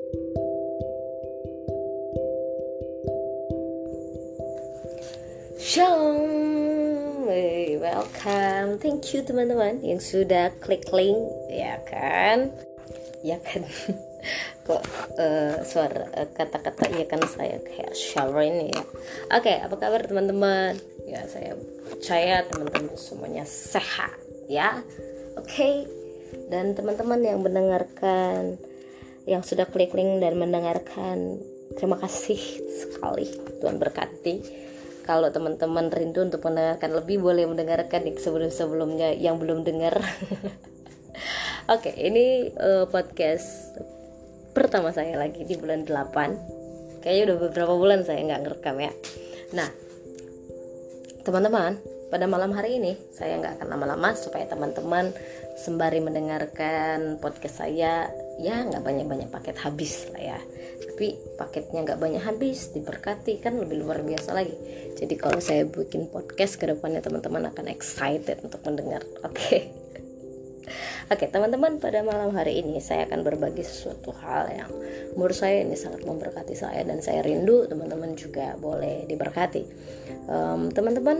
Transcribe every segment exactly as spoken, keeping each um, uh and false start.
Shalom, hey, welcome, thank you teman-teman yang sudah klik link, ya kan, ya kan, kok uh, suara uh, kata-kata ya kan saya kayak shower ini ya. Oke, okay, apa kabar teman-teman? Ya saya percaya teman-teman semuanya sehat, ya. Oke, okay. Dan teman-teman yang mendengarkan, yang sudah klik link dan mendengarkan, terima kasih sekali, Tuhan berkati. Kalau teman-teman rindu untuk mendengarkan lebih, boleh mendengarkan di sebelum-sebelumnya yang belum dengar. Oke, ini uh, podcast pertama saya lagi di bulan delapan. Kayaknya udah beberapa bulan saya nggak ngerekam ya. Nah, teman-teman, pada malam hari ini saya nggak akan lama-lama supaya teman-teman sembari mendengarkan podcast saya, ya nggak banyak-banyak paket habis lah ya. Tapi paketnya nggak banyak habis, diberkati, kan lebih luar biasa lagi. Jadi kalau saya bikin podcast ke depannya, teman-teman akan excited untuk mendengar. Oke. Okay. Oke, okay, teman-teman, pada malam hari ini saya akan berbagi sesuatu hal yang menurut saya ini sangat memberkati saya, dan saya rindu teman-teman juga boleh diberkati. Um, teman-teman,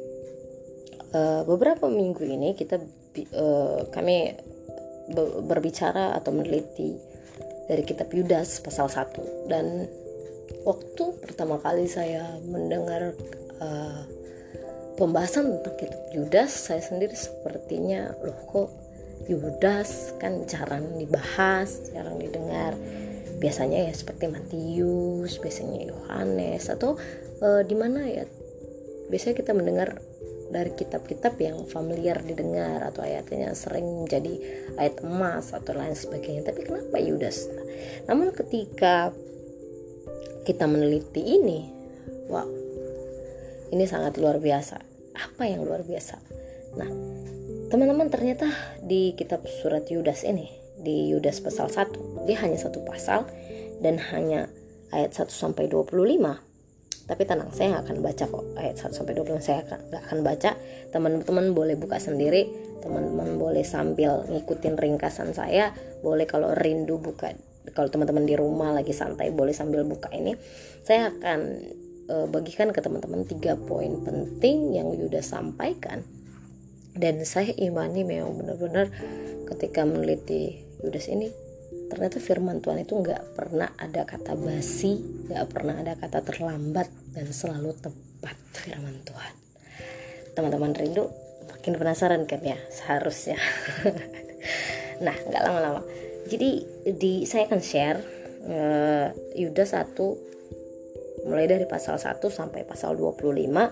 uh, beberapa minggu ini kita uh, kami be- berbicara atau meneliti dari kitab Yudas pasal satu, dan waktu pertama kali saya mendengar uh, pembahasan tentang kitab Yudas, saya sendiri sepertinya loh kok Yudas kan jarang dibahas, jarang didengar. Biasanya ya seperti Matius, biasanya Yohanes, atau uh, di mana ya biasanya kita mendengar dari kitab-kitab yang familiar didengar, atau ayatnya sering menjadi ayat emas atau lain sebagainya. Tapi kenapa Yudas? Namun ketika kita meneliti ini, wow, ini sangat luar biasa. Apa yang luar biasa? Nah, teman-teman, ternyata di kitab surat Yudas ini, di Yudas pasal satu, dia hanya satu pasal dan hanya ayat satu sampai dua puluh lima. Tapi tenang, saya gak akan baca kok ayat satu sampai dua puluh lima, saya gak akan baca. Teman-teman boleh buka sendiri, teman-teman boleh sambil ngikutin ringkasan saya, boleh kalau rindu buka, kalau teman-teman di rumah lagi santai boleh sambil buka ini. Saya akan e, bagikan ke teman-teman tiga poin penting yang Yudas sampaikan, dan saya imani memang benar-benar ketika meneliti Yudas ini, ternyata firman Tuhan itu gak pernah ada kata basi, gak pernah ada kata terlambat, dan selalu tepat firman Tuhan. Teman-teman rindu, makin penasaran kan ya, seharusnya. Nah, gak lama-lama. Jadi di saya akan share uh, Yudas satu, mulai dari pasal satu sampai pasal dua puluh lima.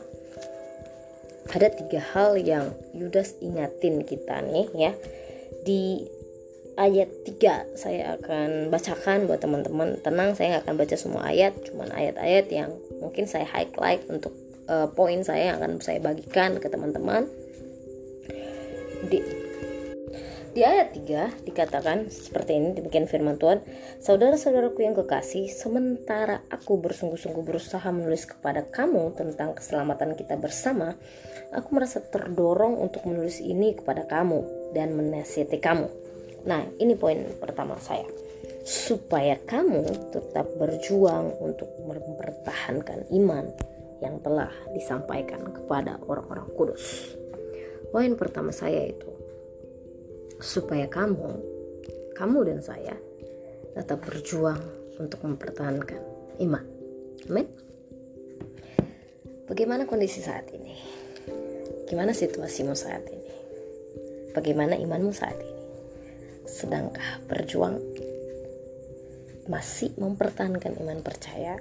Ada tiga hal yang Yudas ingatin kita nih ya. Di ayat tiga saya akan bacakan buat teman-teman. Tenang, saya gak akan baca semua ayat, cuman ayat-ayat yang mungkin saya highlight untuk uh, poin saya yang akan saya bagikan ke teman-teman. Di, di ayat tiga dikatakan seperti ini, demikian firman Tuhan. Saudara-saudaraku yang kekasih, sementara aku bersungguh-sungguh berusaha menulis kepada kamu tentang keselamatan kita bersama, aku merasa terdorong untuk menulis ini kepada kamu dan menasihati kamu. Nah, ini poin pertama saya. Supaya kamu tetap berjuang untuk mempertahankan iman yang telah disampaikan kepada orang-orang kudus. Poin pertama saya itu, supaya kamu, kamu dan saya tetap berjuang untuk mempertahankan iman. Amin. Bagaimana kondisi saat ini? Gimana situasimu saat ini? Bagaimana imanmu saat ini? Sedangkah berjuang? Masih mempertahankan iman percaya?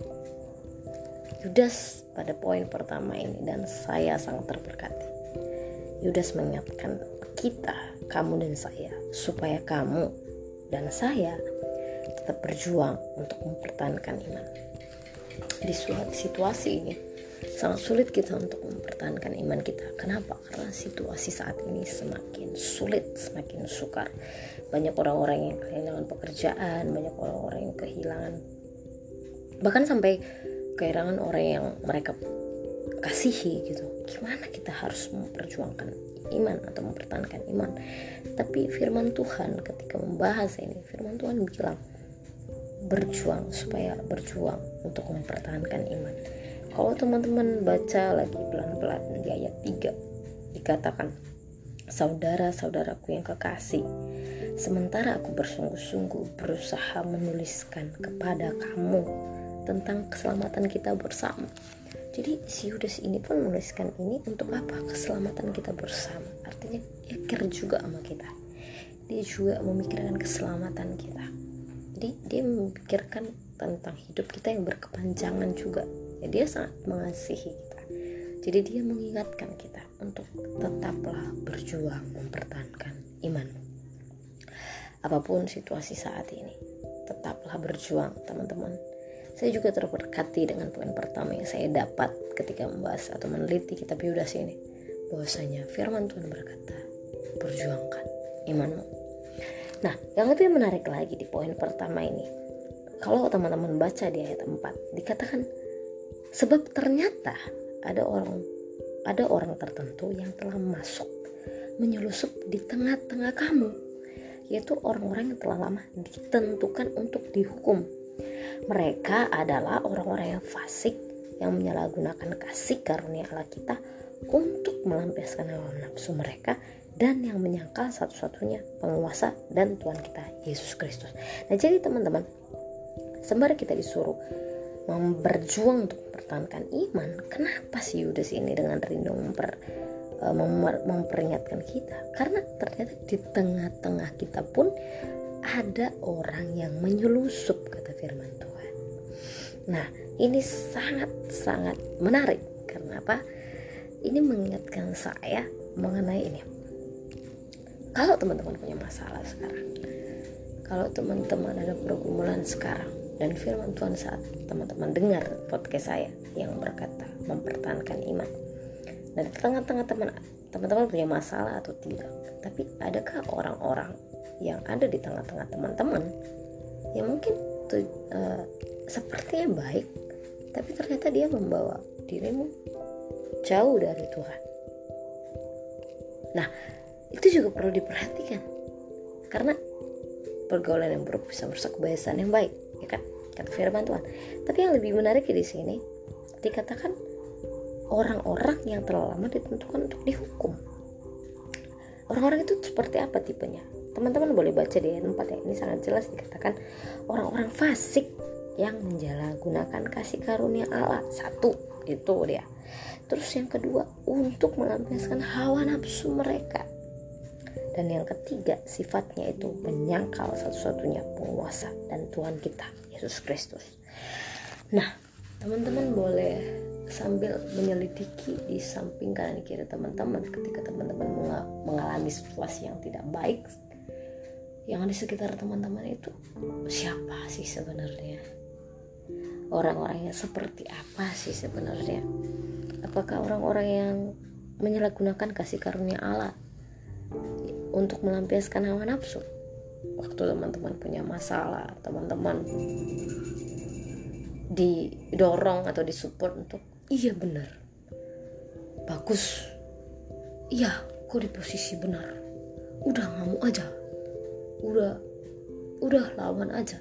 Yudas pada poin pertama ini, dan saya sangat terberkati, Yudas mengingatkan kita, kamu dan saya, supaya kamu dan saya tetap berjuang untuk mempertahankan iman. Di suatu situasi ini sangat sulit kita untuk mempertahankan iman kita. Kenapa? Karena situasi saat ini semakin sulit, semakin sukar. Banyak orang-orang yang kehilangan pekerjaan, banyak orang-orang yang kehilangan, bahkan sampai kehilangan orang yang mereka kasihi gitu. Gimana kita harus memperjuangkan iman atau mempertahankan iman? Tapi firman Tuhan ketika membahas ini, firman Tuhan bilang, berjuang, supaya berjuang untuk mempertahankan iman. Kalau teman-teman baca lagi pelan-pelan di ayat tiga, dikatakan, saudara-saudaraku yang kekasih, sementara aku bersungguh-sungguh berusaha menuliskan kepada kamu tentang keselamatan kita bersama. Jadi si Yudas ini pun menuliskan ini untuk apa? Keselamatan kita bersama. Artinya dia care juga sama kita. Dia juga memikirkan keselamatan kita. Jadi dia memikirkan tentang hidup kita yang berkepanjangan juga. Ya, dia sangat mengasihi kita. Jadi dia mengingatkan kita untuk tetaplah berjuang mempertahankan imanmu. Apapun situasi saat ini, tetaplah berjuang, teman-teman. Saya juga terberkati dengan poin pertama yang saya dapat ketika membahas atau meneliti kitab Yudas ini, bahwasanya firman Tuhan berkata, berjuangkan imanmu. Nah, yang lebih menarik lagi di poin pertama ini, kalau teman-teman baca di ayat empat, dikatakan, sebab ternyata ada orang ada orang tertentu yang telah masuk, menyelusup di tengah-tengah kamu, yaitu orang-orang yang telah lama ditentukan untuk dihukum. Mereka adalah orang-orang yang fasik, yang menyalahgunakan kasih karunia Allah kita untuk melampiaskan hawa nafsu mereka, dan yang menyangkal satu-satunya penguasa dan Tuhan kita, Yesus Kristus. Nah, jadi teman-teman, sembari kita disuruh berjuang untuk mempertahankan iman, kenapa si Yudas ini dengan rindu memper, memper, memperingatkan kita? Karena ternyata di tengah-tengah kita pun ada orang yang menyelusup, kata firman Tuhan. Nah, ini sangat-sangat menarik. Karena apa? Ini mengingatkan saya mengenai ini. Kalau teman-teman punya masalah sekarang, kalau teman-teman ada pergumulan sekarang, dan firman Tuhan saat teman-teman dengar podcast saya yang berkata mempertahankan iman, dan di tengah-tengah teman teman-teman punya masalah atau tidak, tapi adakah orang-orang yang ada di tengah-tengah teman-teman yang mungkin tuh, uh, sepertinya baik, tapi ternyata dia membawa dirimu jauh dari Tuhan? Nah, itu juga perlu diperhatikan, karena pergaulan yang buruk bisa merusak kebiasaan yang baik, ya kan, kata firman Tuhan. Tapi yang lebih menarik di sini dikatakan orang-orang yang telah lama ditentukan untuk dihukum. Orang-orang itu seperti apa tipenya? Teman-teman boleh baca di ayat empat ya. Ini sangat jelas dikatakan orang-orang fasik yang menjalankan kasih karunia Allah. Satu, itu dia. Terus yang kedua, untuk melampiaskan hawa nafsu mereka. Dan yang ketiga, sifatnya itu menyangkal satu-satunya penguasa dan Tuhan kita, Yesus Kristus. Nah, teman-teman boleh sambil menyelidiki di samping kanan kiri teman-teman ketika teman-teman mengalami situasi yang tidak baik, yang di sekitar teman-teman itu siapa sih sebenarnya? Orang-orangnya seperti apa sih sebenarnya? Apakah orang-orang yang menyalahgunakan kasih karunia Allah untuk melampiaskan hawa nafsu? Waktu teman-teman punya masalah, teman-teman didorong atau disupport untuk iya benar, bagus, iya kok di posisi benar, udah ngamuk aja, udah udah lawan aja.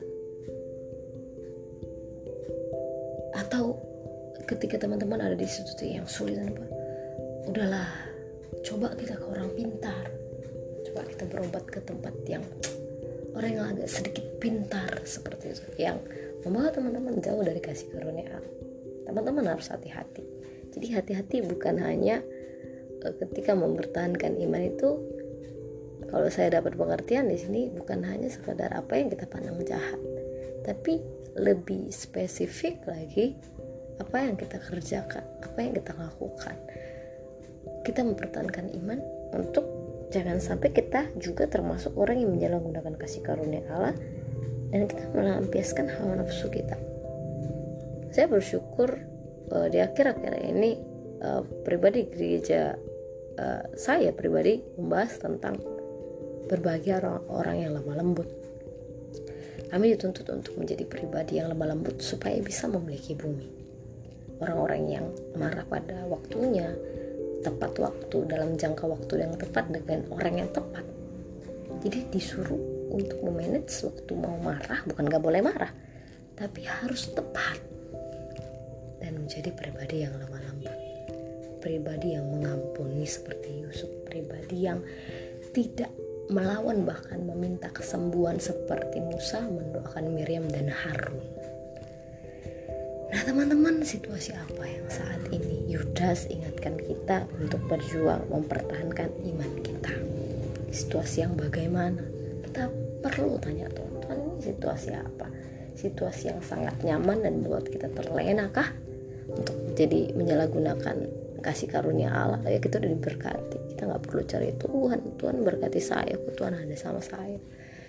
Atau ketika teman-teman ada di situasi yang sulit, apa, udahlah, coba kita ke orang pintar, coba kita berobat ke tempat yang orang yang agak sedikit pintar seperti itu, yang membawa teman-teman jauh dari kasih karunia Allah. Teman-teman harus hati-hati. Jadi hati-hati bukan hanya uh, ketika mempertahankan iman itu, kalau saya dapat pengertian di sini, bukan hanya sekadar apa yang kita pandang jahat, tapi lebih spesifik lagi apa yang kita kerjakan, apa yang kita lakukan. Kita mempertahankan iman untuk jangan sampai kita juga termasuk orang yang menyalahgunakan kasih karunia Allah dan kita melampiaskan hawa nafsu kita. Saya bersyukur uh, di akhir-akhir ini uh, pribadi gereja uh, saya pribadi membahas tentang berbahagia orang-orang yang lemah lembut. Kami dituntut untuk menjadi pribadi yang lemah lembut supaya bisa memiliki bumi. Orang-orang yang marah pada waktunya, tepat waktu, dalam jangka waktu yang tepat dengan orang yang tepat. Jadi disuruh untuk memanage waktu mau marah. Bukan gak boleh marah, tapi harus tepat dan menjadi pribadi yang lemah lembut, pribadi yang mengampuni seperti Yusuf, pribadi yang tidak melawan bahkan meminta kesembuhan seperti Musa mendoakan Miriam dan Harun. Nah teman-teman, situasi apa yang saat ini Yudas ingatkan kita untuk berjuang mempertahankan iman kita? Situasi yang bagaimana? Kita perlu tanya Tuhan, Tuhan ini situasi apa? Situasi yang sangat nyaman dan buat kita terlena kah? Untuk jadi menyalahgunakan kasih karunia Allah, ya kita udah diberkati, kita nggak perlu cari Tuhan, Tuhan berkati saya, Tuhan ada sama saya.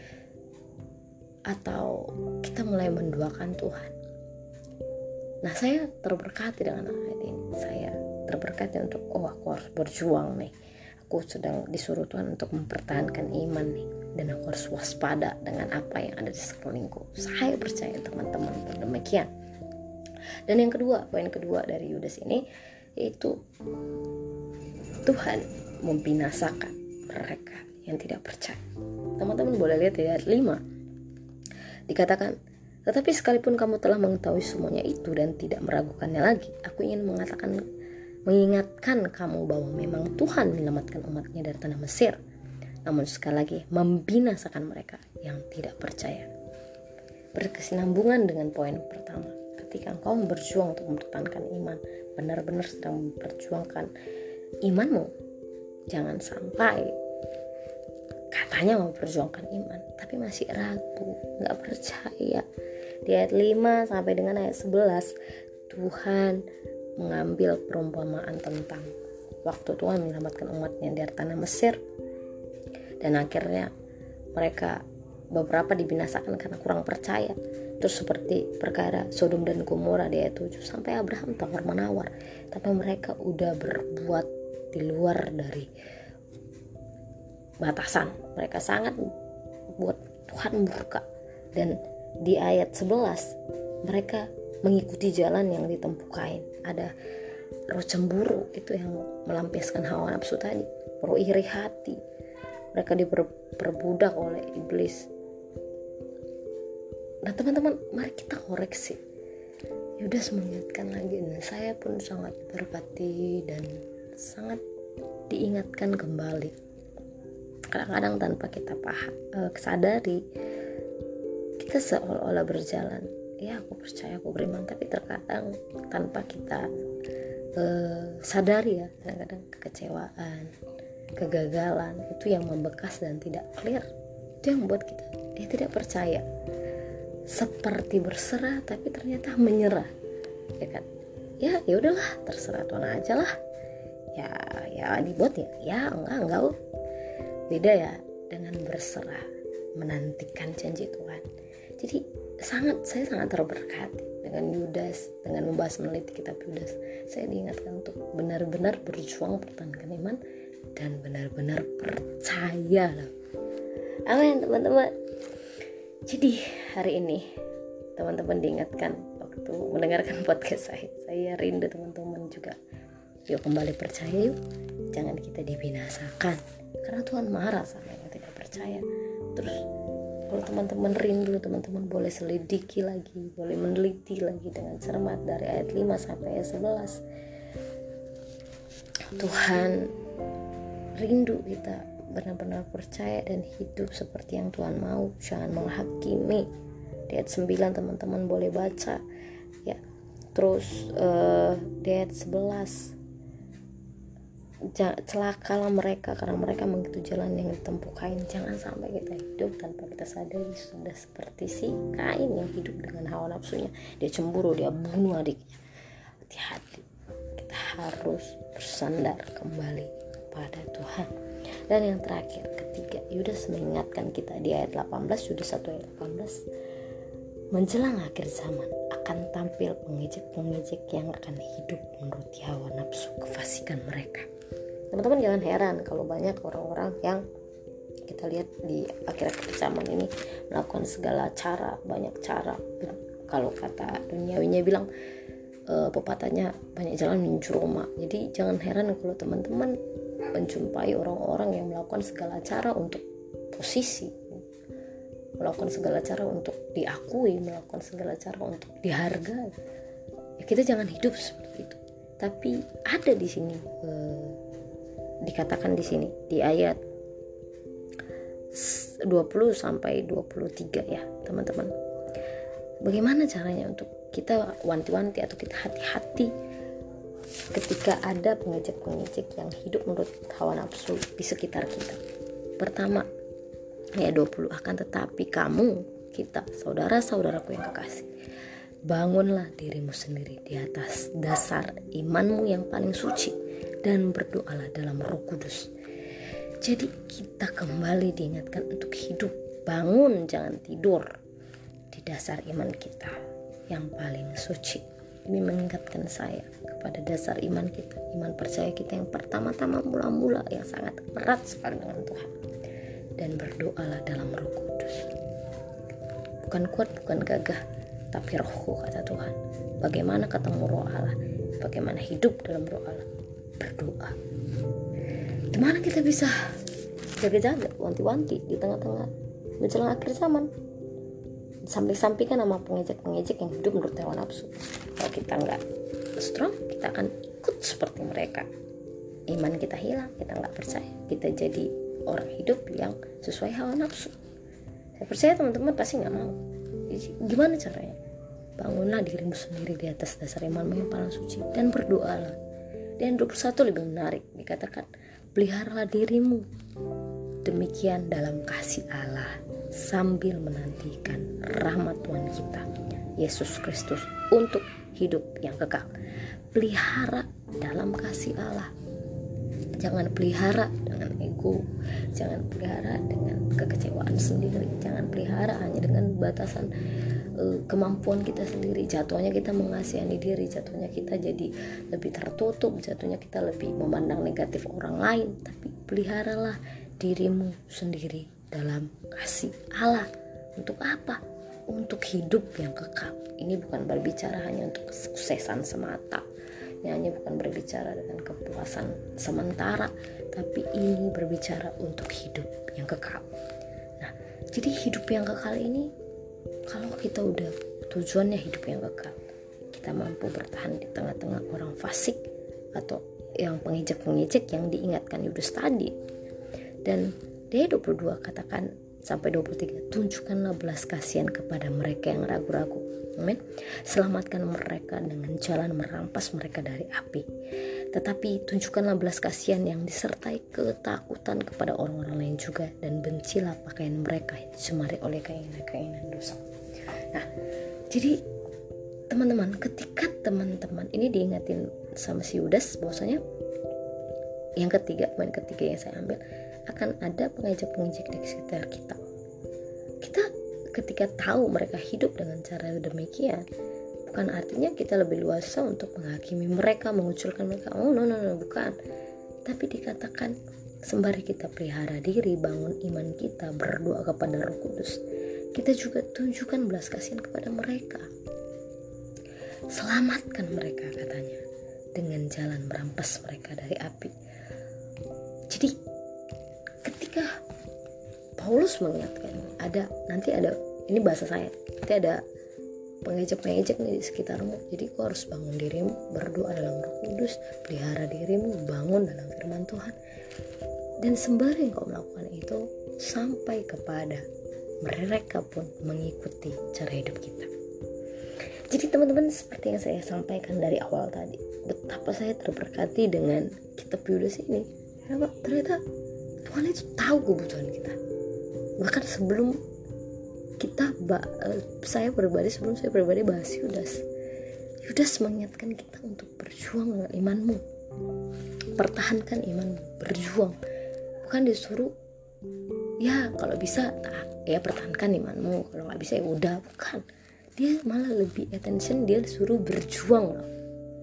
Atau kita mulai menduakan Tuhan. Nah saya terberkati dengan ayat ini, saya terberkati untuk oh aku harus berjuang nih, aku sedang disuruh Tuhan untuk mempertahankan iman nih, dan aku harus waspada dengan apa yang ada di sekelilingku. Saya percaya teman-teman pun demikian. Dan yang kedua, poin kedua dari Yudas ini yaitu Tuhan membinasakan mereka yang tidak percaya. Teman-teman boleh lihat di ayat lima. Dikatakan, tetapi sekalipun kamu telah mengetahui semuanya itu dan tidak meragukannya lagi, aku ingin mengatakan mengingatkan kamu bahwa memang Tuhan menyelamatkan umatnya dari tanah Mesir, namun sekali lagi membinasakan mereka yang tidak percaya. Berkesinambungan dengan poin pertama, ketika engkau berjuang untuk mempertahankan iman, benar-benar sedang memperjuangkan imanmu, jangan sampai katanya mau perjuangkan iman tapi masih ragu, gak percaya. Di ayat lima sampai dengan ayat sebelas, Tuhan mengambil perumpamaan tentang waktu Tuhan menyelamatkan umatnya dari tanah Mesir, dan akhirnya mereka beberapa dibinasakan karena kurang percaya. Terus seperti perkara Sodom dan Gomora di ayat tujuh, sampai Abraham tawar menawar, tapi mereka udah berbuat di luar dari batasan. Mereka sangat buat Tuhan murka. Dan di ayat sebelas mereka mengikuti jalan yang ditempuh Kain. Ada roh cemburu, itu yang melampiaskan hawa nafsu tadi, roh iri hati. Mereka diperbudak oleh iblis. Nah teman-teman, mari kita koreksi. Yudas mengingatkan lagi, dan saya pun sangat berkati dan sangat diingatkan kembali. Kadang-kadang tanpa kita paham, eh, sadari, kita seolah-olah berjalan, ya aku percaya, aku beriman, tapi terkadang tanpa kita eh, sadari ya, kadang-kadang kekecewaan, kegagalan itu yang membekas dan tidak clear. Itu yang membuat kita eh, tidak percaya. Seperti berserah tapi ternyata menyerah, ya kan? Ya, ya udahlah, terserah Tuhan aja lah. Ya, ya dibuat ya, ya enggak enggak. Beda ya dengan berserah, menantikan janji Tuhan. Jadi sangat saya sangat terberkati dengan Yudas, dengan membahas meneliti kitab Yudas. Saya diingatkan untuk benar-benar berjuang pertahankan iman dan benar-benar percaya lah. Amin teman-teman. Jadi hari ini teman-teman diingatkan waktu mendengarkan podcast saya. Saya rindu teman-teman juga. Yuk kembali percaya yuk. Jangan kita dibinasakan. Karena Tuhan marah sama yang tidak percaya. Terus kalau teman-teman rindu, teman-teman boleh selidiki lagi, boleh meneliti lagi dengan cermat dari ayat lima sampai ayat sebelas. Tuhan rindu kita benar-benar percaya dan hidup seperti yang Tuhan mau, jangan menghakimi. Di ayat sembilan teman-teman boleh baca ya. Terus uh, di ayat sebelas, celakalah mereka karena mereka mengikuti jalan yang ditempuh Kain. Jangan sampai kita hidup tanpa kita sadari sudah seperti si Kain yang hidup dengan hawa nafsunya. Dia cemburu, dia bunuh adiknya. Hati-hati, kita harus bersandar kembali pada Tuhan. Dan yang terakhir, ketiga, Yudas mengingatkan kita di ayat delapan belas, Yudas satu ayat delapan belas, menjelang akhir zaman akan tampil pengejek-pengejek yang akan hidup menurut hawa nafsu kefasikan mereka. Teman-teman jangan heran kalau banyak orang-orang yang kita lihat di akhir-akhir zaman ini melakukan segala cara, banyak cara. Kalau kata duniawinya bilang e, pepatahnya banyak jalan menuju Roma. Jadi jangan heran kalau teman-teman menjumpai orang-orang yang melakukan segala cara untuk posisi, melakukan segala cara untuk diakui, melakukan segala cara untuk dihargai. Ya, kita jangan hidup seperti itu. Tapi ada di sini eh, dikatakan di sini di ayat dua puluh sampai dua puluh tiga ya, teman-teman. Bagaimana caranya untuk kita wanti-wanti atau kita hati-hati ketika ada pengejek-pengejek yang hidup menurut hawa nafsu di sekitar kita. Pertama, ayat dua puluh, akan tetapi kamu, kita, saudara-saudaraku yang kekasih, bangunlah dirimu sendiri di atas dasar imanmu yang paling suci dan berdoalah dalam Roh Kudus. Jadi kita kembali diingatkan untuk hidup, bangun, jangan tidur di dasar iman kita yang paling suci. Ini mengingatkan saya kepada dasar iman kita, iman percaya kita yang pertama-tama mula-mula yang sangat erat sekali dengan Tuhan. Dan berdoalah dalam Roh Kudus. Bukan kuat, bukan gagah, tapi rohku, kata Tuhan. Bagaimana ketemu Roh Allah? Bagaimana hidup dalam Roh Allah? Berdoa. Dimana kita bisa jaga-jaga, wanti-wanti di tengah-tengah menjelang akhir zaman? Samping-sampingkan sama pengejek-pengejek yang hidup menurut hawa nafsu. Kalau kita nggak strong, kita akan ikut seperti mereka. Iman kita hilang, kita nggak percaya, kita jadi orang hidup yang sesuai hawa nafsu. Saya percaya teman-teman pasti nggak mau. Gimana caranya? Bangunlah dirimu sendiri di atas dasar imanmu yang paling suci dan berdoalah. Dan dua puluh satu lebih menarik, dikatakan peliharalah dirimu demikian dalam kasih Allah sambil menantikan rahmat Tuhan kita Yesus Kristus untuk hidup yang kekal. Pelihara dalam kasih Allah. Jangan pelihara dengan ego, jangan pelihara dengan kekecewaan sendiri, jangan pelihara hanya dengan batasan uh, kemampuan kita sendiri. Jatuhnya kita mengasihani diri, jatuhnya kita jadi lebih tertutup, jatuhnya kita lebih memandang negatif orang lain. Tapi peliharalah dirimu sendiri dalam kasih Allah. Untuk apa? Untuk hidup yang kekal. Ini bukan berbicara hanya untuk kesuksesan semata, ini bukan berbicara dengan kepuasan sementara, tapi ini berbicara untuk hidup yang kekal. Nah, jadi hidup yang kekal ini, kalau kita udah tujuannya hidup yang kekal, kita mampu bertahan di tengah-tengah orang fasik atau yang pengejek-pengejek yang diingatkan Yudas tadi. Dan di ayat dua puluh dua katakan sampai dua puluh tiga, tunjukkanlah belas kasihan kepada mereka yang ragu-ragu. Amin. Selamatkan mereka dengan jalan merampas mereka dari api. Tetapi tunjukkanlah belas kasihan yang disertai ketakutan kepada orang-orang lain juga, dan bencilah pakaian mereka yang dicemari oleh keinginan-keinginan dosa. Nah, jadi teman-teman, ketika teman-teman ini diingatin sama si Yudas bahwasanya yang ketiga, poin ketiga yang saya ambil, akan ada pengejek-pengejek di sekitar kita. Kita ketika tahu mereka hidup dengan cara demikian, bukan artinya kita lebih luasa untuk menghakimi mereka, mengucilkan mereka. Oh no no no, bukan. Tapi dikatakan sembari kita pelihara diri, bangun iman kita, berdoa kepada Roh Kudus, kita juga tunjukkan belas kasihan kepada mereka. Selamatkan mereka, katanya, dengan jalan merampas mereka dari api. Jadi ketika Paulus mengingatkan, ada nanti ada, ini bahasa saya, nanti ada pengejek-pengejek nih di sekitarmu. Jadi kau harus bangun dirimu, berdoa dalam Roh Kudus, pelihara dirimu, bangun dalam firman Tuhan. Dan sembari kau melakukan itu, sampai kepada mereka pun mengikuti cara hidup kita. Jadi teman-teman, seperti yang saya sampaikan dari awal tadi, betapa saya terberkati dengan kitab Yudas ini. Kenapa? Ternyata Tuhan itu tahu kebutuhan kita. Bahkan sebelum kita, uh, saya pribadi sebelum saya pribadi bahas Yudas, Yudas mengingatkan kita untuk berjuang dengan imanmu, pertahankan imanmu, berjuang. Bukan disuruh, ya kalau bisa, nah, ya pertahankan imanmu, kalau nggak bisa ya udah, bukan. Dia malah lebih attention, dia disuruh berjuang loh.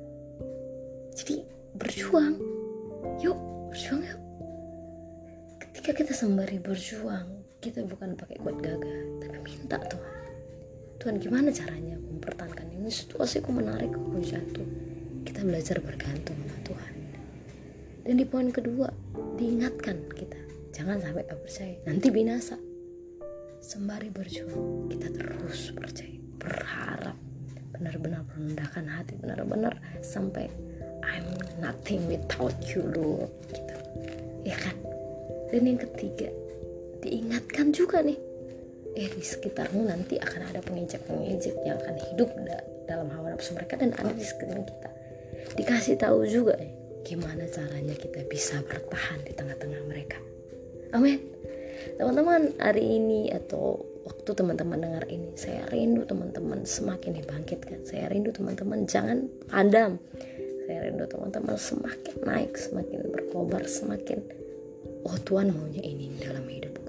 Jadi berjuang, yuk berjuang yuk. Ketika kita sembari berjuang, kita bukan pakai kuat gagah, tapi minta Tuhan. Tuhan, gimana caranya aku mempertahankan ini? Situasiku menarik, aku jatuh. Kita belajar bergantung sama Tuhan. Dan di poin kedua, diingatkan kita, jangan sampai gak percaya, nanti binasa. sembari berjuang kita terus percaya, berharap, benar-benar merendahkan hati, benar-benar sampai I'm nothing without you Lord gitu, ya kan. Dan yang ketiga, diingatkan juga nih, eh di sekitarmu nanti akan ada pengejek-pengejek yang akan hidup da- dalam hawa nafsu mereka dan ada di sekeliling kita. Dikasih tahu juga eh gimana caranya kita bisa bertahan di tengah-tengah mereka. Amin. Teman-teman, hari ini atau waktu teman-teman dengar ini, saya rindu teman-teman semakin dibangkitkan. Saya rindu teman-teman jangan padam. Saya rindu teman-teman semakin naik, semakin berkobar, semakin oh Tuhan maunya ini dalam hidupku.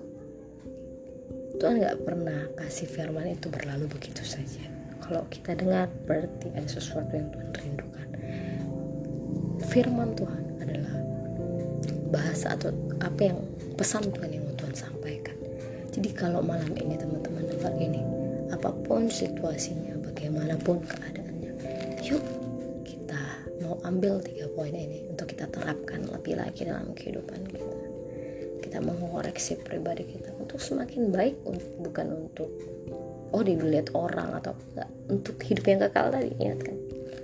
Tuhan gak pernah kasih firman itu berlalu begitu saja. Kalau kita dengar berarti ada sesuatu yang Tuhan rindukan. Firman Tuhan adalah bahasa atau apa yang pesan Tuhan yang mau Tuhan sampaikan. Jadi kalau malam ini teman-teman dengar ini, apapun situasinya, bagaimanapun keadaannya, yuk kita mau ambil tiga poin ini untuk kita terapkan lebih lagi dalam kehidupan kita. Kita mau mengoreksi pribadi kita untuk semakin baik, bukan untuk oh dilihat orang atau enggak, untuk hidup yang kekal tadi, ingatkan.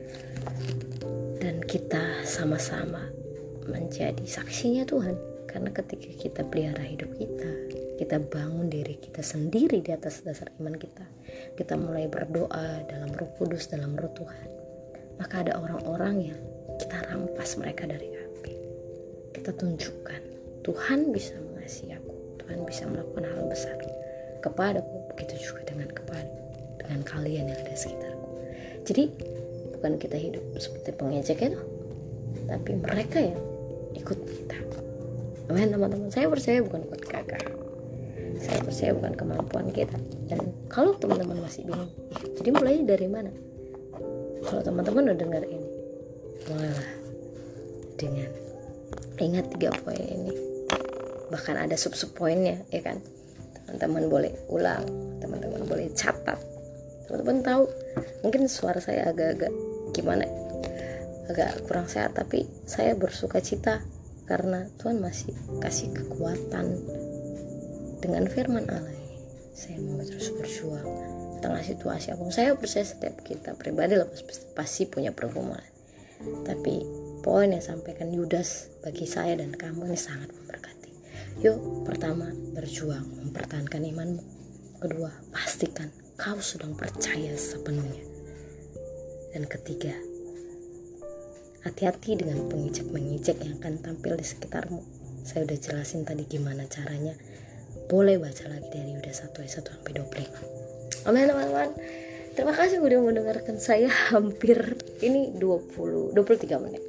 Dan kita sama-sama menjadi saksinya Tuhan. Karena ketika kita pelihara hidup kita, kita bangun diri kita sendiri di atas dasar iman kita, kita mulai berdoa dalam Roh Kudus, dalam Roh Tuhan, maka ada orang-orang yang kita rampas mereka dari api. Kita tunjukkan Tuhan bisa mengasihi aku, Tuhan bisa melakukan hal besar kepadaku, begitu juga dengan kepada dengan kalian yang ada di sekitarku. Jadi bukan kita hidup seperti pengejek itu, tapi mereka yang ikut kita. Amin teman-teman. Saya percaya bukan kuat gagah, saya percaya bukan kemampuan kita. Dan kalau teman-teman masih bingung, jadi mulai dari mana? Kalau teman-teman udah dengar ini, mulailah dengan ingat tiga poin ini. Bahkan ada sub-sub poinnya, ya kan? Teman-teman boleh ulang, teman-teman boleh catat. Teman-teman tahu, mungkin suara saya agak-agak gimana, agak kurang sehat, tapi saya bersuka cita karena Tuhan masih kasih kekuatan dengan firman Allah. Saya mau terus berjuang tengah situasi apapun. Saya percaya setiap kita pribadi lepas pasti punya pergumulan, tapi poin yang sampaikan Yudas bagi saya dan kamu ini sangat memberkati. Yuk, pertama, berjuang mempertahankan imanmu. Kedua, pastikan kau sedang percaya sepenuhnya. Dan ketiga, hati-hati dengan pengicek-pengicek yang akan tampil di sekitarmu. Saya udah jelasin tadi gimana caranya. Boleh baca lagi dari Yudas satu ayat satu sampai dua puluh lima. Amin teman-teman. Terima kasih udah mendengarkan saya hampir ini dua puluh dua puluh tiga menit.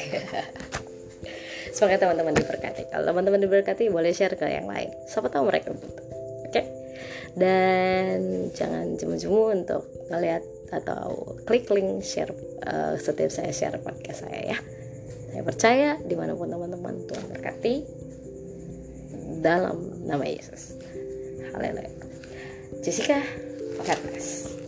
Semoga teman-teman diberkati. Kalau teman-teman diberkati boleh share ke yang lain. Siapa tahu mereka butuh. Oke? Dan jangan jemu-jemu untuk ngeliat atau klik link share uh, setiap saya share podcast saya ya. Saya percaya dimanapun teman-teman, Tuhan berkati dalam nama Yesus. Haleluya. Jessica Karnas.